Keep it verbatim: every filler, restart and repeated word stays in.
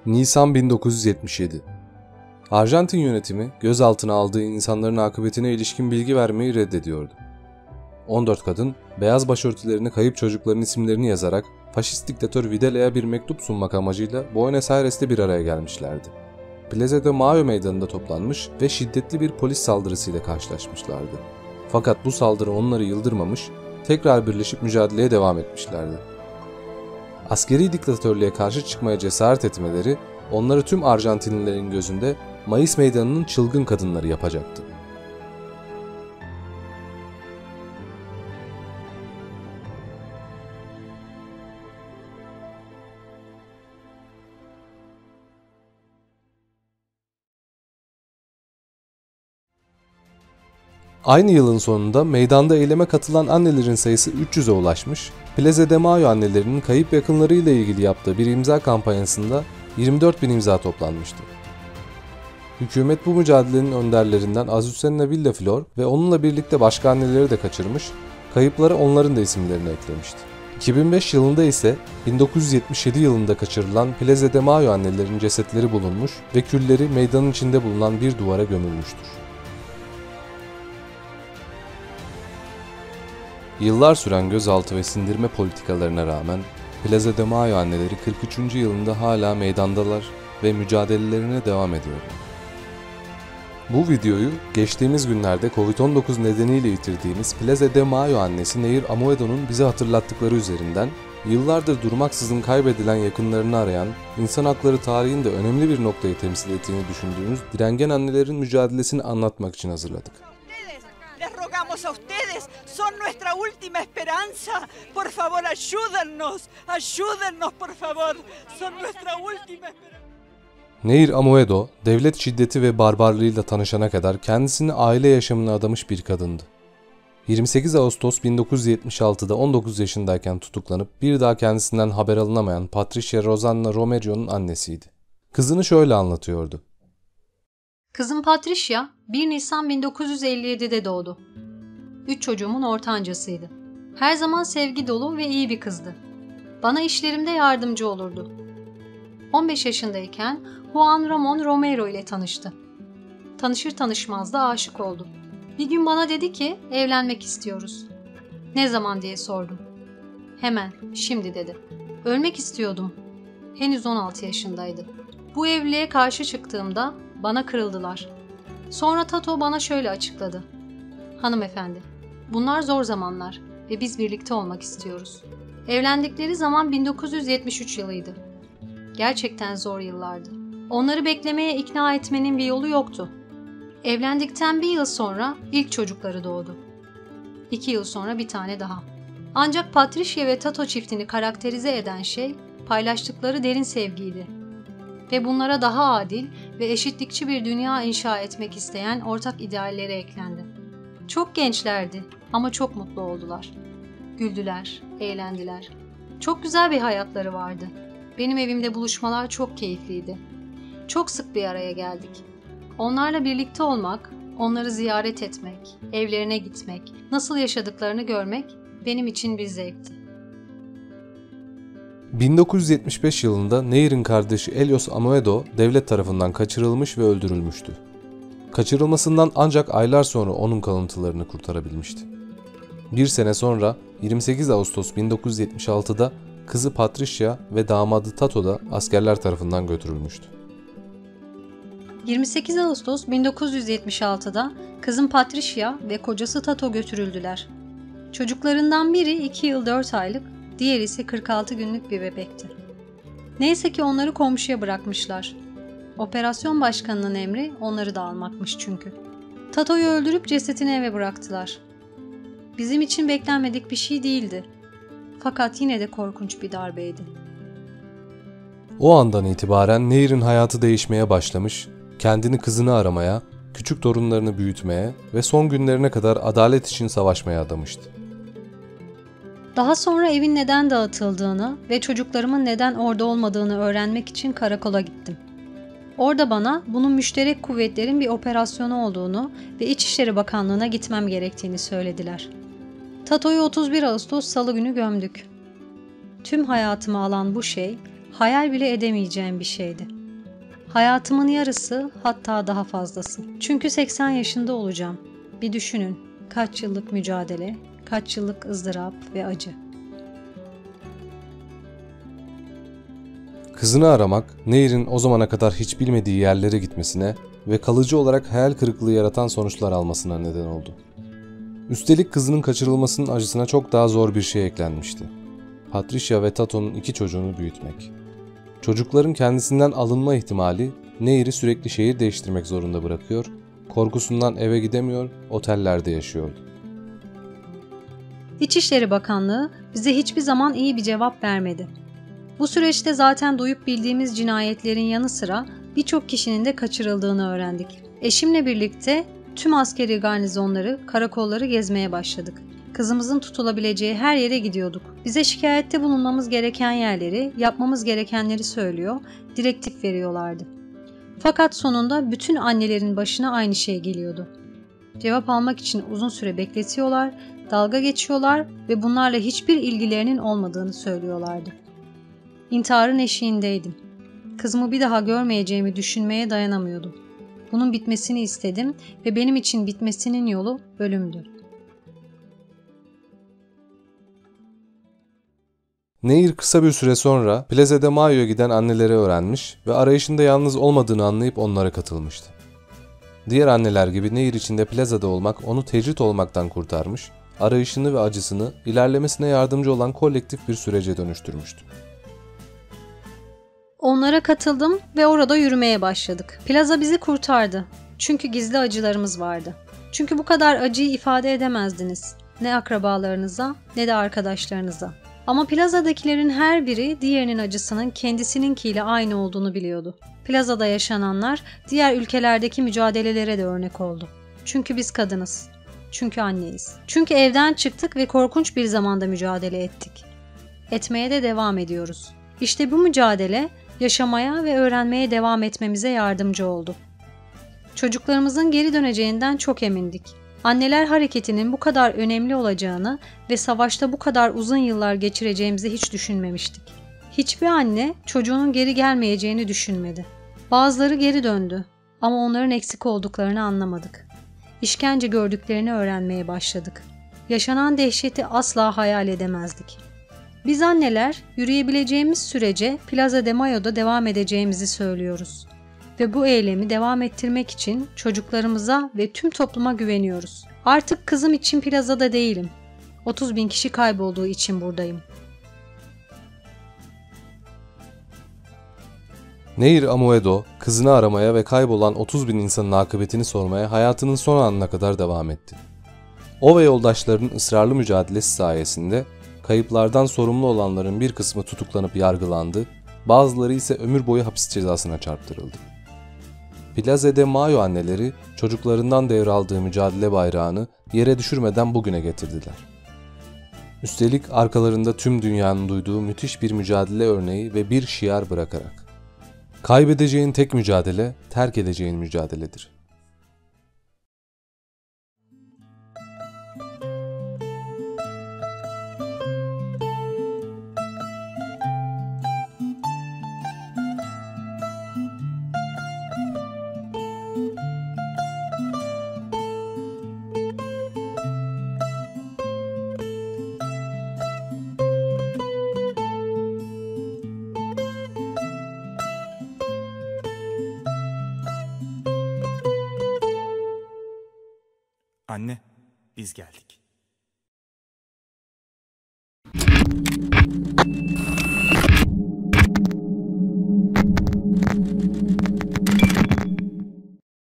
Nisan bin dokuz yüz yetmiş yedi. Arjantin yönetimi gözaltına aldığı insanların akıbetine ilişkin bilgi vermeyi reddediyordu. on dört kadın beyaz başörtülerine kayıp çocukların isimlerini yazarak faşist diktatör Vidala'ya bir mektup sunmak amacıyla Buenos Aires'te bir araya gelmişlerdi. Plaza de Mayo meydanında toplanmış ve şiddetli bir polis saldırısıyla karşılaşmışlardı. Fakat bu saldırı onları yıldırmamış, tekrar birleşip mücadeleye devam etmişlerdi. Askeri diktatörlüğe karşı çıkmaya cesaret etmeleri onları tüm Arjantinlilerin gözünde Mayıs Meydanı'nın çılgın kadınları yapacaktı. Aynı yılın sonunda meydanda eyleme katılan annelerin sayısı üç yüze ulaşmış, Plaza de Mayo annelerinin kayıp yakınlarıyla ilgili yaptığı bir imza kampanyasında yirmi dört bin imza toplanmıştı. Hükümet bu mücadelenin önderlerinden Azucena Villaflor ve onunla birlikte başka anneleri de kaçırmış, kayıplara onların da isimlerini eklemişti. iki bin beş yılında ise bin dokuz yüz yetmiş yedi yılında kaçırılan Plaza de Mayo annelerin cesetleri bulunmuş ve külleri meydanın içinde bulunan bir duvara gömülmüştür. Yıllar süren gözaltı ve sindirme politikalarına rağmen Plaza de Mayo anneleri kırk üçüncü yılında hala meydandalar ve mücadelelerine devam ediyorlar. Bu videoyu geçtiğimiz günlerde kovid on dokuz nedeniyle yitirdiğimiz Plaza de Mayo annesi Nehir Amoedo'nun bize hatırlattıkları üzerinden yıllardır durmaksızın kaybedilen yakınlarını arayan, insan hakları tarihinde önemli bir noktayı temsil ettiğini düşündüğümüz direngen annelerin mücadelesini anlatmak için hazırladık. A ustedes son nuestra última esperanza. Por favor, ayúdennos. Ayúdennos, por favor. Son nuestra última esperanza. Nehir Amoedo, devlet şiddeti ve barbarlığıyla tanışana kadar kendisini aile yaşamına adamış bir kadındı. yirmi sekiz Ağustos bin dokuz yüz yetmiş altıda on dokuz yaşındayken tutuklanıp bir daha kendisinden haber alınamayan Patricia Rosanna Romerio'nun annesiydi. Kızını şöyle anlatıyordu. Kızım Patricia bir Nisan bin dokuz yüz elli yedide doğdu. Üç çocuğumun ortancasıydı. Her zaman sevgi dolu ve iyi bir kızdı. Bana işlerimde yardımcı olurdu. on beş yaşındayken Juan Ramon Romero ile tanıştı. Tanışır tanışmaz da aşık oldu. Bir gün bana dedi ki evlenmek istiyoruz. Ne zaman diye sordum. Hemen, şimdi dedi. Ölmek istiyordum. Henüz on altı yaşındaydı. Bu evliliğe karşı çıktığımda bana kırıldılar. Sonra Tato bana şöyle açıkladı. Hanımefendi, bunlar zor zamanlar ve biz birlikte olmak istiyoruz. Evlendikleri zaman bin dokuz yüz yetmiş üç yılıydı. Gerçekten zor yıllardı. Onları beklemeye ikna etmenin bir yolu yoktu. Evlendikten bir yıl sonra ilk çocukları doğdu. İki yıl sonra bir tane daha. Ancak Patricia ve Tato çiftini karakterize eden şey paylaştıkları derin sevgiydi. Ve bunlara daha adil ve eşitlikçi bir dünya inşa etmek isteyen ortak idealleri eklendi. Çok gençlerdi ama çok mutlu oldular. Güldüler, eğlendiler. Çok güzel bir hayatları vardı. Benim evimde buluşmalar çok keyifliydi. Çok sık bir araya geldik. Onlarla birlikte olmak, onları ziyaret etmek, evlerine gitmek, nasıl yaşadıklarını görmek benim için bir zevkti. bin dokuz yüz yetmiş beş yılında Nehir'in kardeşi Elios Amoedo devlet tarafından kaçırılmış ve öldürülmüştü. Kaçırılmasından ancak aylar sonra onun kalıntılarını kurtarabilmişti. Bir sene sonra yirmi sekiz Ağustos bin dokuz yüz yetmiş altıda kızı Patricia ve damadı Tato da askerler tarafından götürülmüştü. yirmi sekiz Ağustos bin dokuz yüz yetmiş altıda kızım Patricia ve kocası Tato götürüldüler. Çocuklarından biri iki yıl dört aylık, diğeri ise kırk altı günlük bir bebekti. Neyse ki onları komşuya bırakmışlar. Operasyon başkanının emri onları da almakmış çünkü. Tato'yu öldürüp cesetini eve bıraktılar. Bizim için beklenmedik bir şey değildi. Fakat yine de korkunç bir darbeydi. O andan itibaren Nehir'in hayatı değişmeye başlamış, kendini kızını aramaya, küçük torunlarını büyütmeye ve son günlerine kadar adalet için savaşmaya adamıştı. Daha sonra evin neden dağıtıldığını ve çocuklarımın neden orada olmadığını öğrenmek için karakola gittim. Orada bana bunun müşterek kuvvetlerin bir operasyonu olduğunu ve İçişleri Bakanlığı'na gitmem gerektiğini söylediler. Tato'yu otuz bir Ağustos Salı günü gömdük. Tüm hayatımı alan bu şey hayal bile edemeyeceğim bir şeydi. Hayatımın yarısı, hatta daha fazlası. Çünkü seksen yaşında olacağım. Bir düşünün, kaç yıllık mücadele, kaç yıllık ızdırap ve acı. Kızını aramak, Nehir'in o zamana kadar hiç bilmediği yerlere gitmesine ve kalıcı olarak hayal kırıklığı yaratan sonuçlar almasına neden oldu. Üstelik kızının kaçırılmasının acısına çok daha zor bir şey eklenmişti. Patricia ve Tato'nun iki çocuğunu büyütmek. Çocukların kendisinden alınma ihtimali Nehir'i sürekli şehir değiştirmek zorunda bırakıyor, korkusundan eve gidemiyor, otellerde yaşıyordu. İçişleri Bakanlığı bize hiçbir zaman iyi bir cevap vermedi. Bu süreçte zaten duyup bildiğimiz cinayetlerin yanı sıra birçok kişinin de kaçırıldığını öğrendik. Eşimle birlikte tüm askeri garnizonları, karakolları gezmeye başladık. Kızımızın tutulabileceği her yere gidiyorduk. Bize şikayette bulunmamız gereken yerleri, yapmamız gerekenleri söylüyor, direktif veriyorlardı. Fakat sonunda bütün annelerin başına aynı şey geliyordu. Cevap almak için uzun süre bekletiyorlar, dalga geçiyorlar ve bunlarla hiçbir ilgilerinin olmadığını söylüyorlardı. İntiharın eşiğindeydim. Kızımı bir daha görmeyeceğimi düşünmeye dayanamıyordum. Bunun bitmesini istedim ve benim için bitmesinin yolu ölümdü. Nehir kısa bir süre sonra Plaza de Mayo'ya giden anneleri öğrenmiş ve arayışında yalnız olmadığını anlayıp onlara katılmıştı. Diğer anneler gibi Nehir içinde plazada olmak onu tecrit olmaktan kurtarmış, arayışını ve acısını ilerlemesine yardımcı olan kolektif bir sürece dönüştürmüştü. Onlara katıldım ve orada yürümeye başladık. Plaza bizi kurtardı. Çünkü gizli acılarımız vardı. Çünkü bu kadar acıyı ifade edemezdiniz. Ne akrabalarınıza ne de arkadaşlarınıza. Ama plazadakilerin her biri diğerinin acısının kendisininkiyle aynı olduğunu biliyordu. Plazada yaşananlar diğer ülkelerdeki mücadelelere de örnek oldu. Çünkü biz kadınız. Çünkü anneyiz. Çünkü evden çıktık ve korkunç bir zamanda mücadele ettik. Etmeye de devam ediyoruz. İşte bu mücadele yaşamaya ve öğrenmeye devam etmemize yardımcı oldu. Çocuklarımızın geri döneceğinden çok emindik. Anneler hareketinin bu kadar önemli olacağını ve savaşta bu kadar uzun yıllar geçireceğimizi hiç düşünmemiştik. Hiçbir anne çocuğunun geri gelmeyeceğini düşünmedi. Bazıları geri döndü ama onların eksik olduklarını anlamadık. İşkence gördüklerini öğrenmeye başladık. Yaşanan dehşeti asla hayal edemezdik. Biz anneler yürüyebileceğimiz sürece Plaza de Mayo'da devam edeceğimizi söylüyoruz. Ve bu eylemi devam ettirmek için çocuklarımıza ve tüm topluma güveniyoruz. Artık kızım için plazada değilim. otuz bin kişi kaybolduğu için buradayım. Nehir Amoedo, kızını aramaya ve kaybolan otuz bin insanın akıbetini sormaya hayatının son anına kadar devam etti. O ve yoldaşlarının ısrarlı mücadelesi sayesinde kayıplardan sorumlu olanların bir kısmı tutuklanıp yargılandı, bazıları ise ömür boyu hapis cezasına çarptırıldı. Plaza de Mayo anneleri çocuklarından devraldığı mücadele bayrağını yere düşürmeden bugüne getirdiler. Üstelik arkalarında tüm dünyanın duyduğu müthiş bir mücadele örneği ve bir şiar bırakarak. Kaybedeceğin tek mücadele, terk edeceğin mücadeledir. Anne, biz geldik.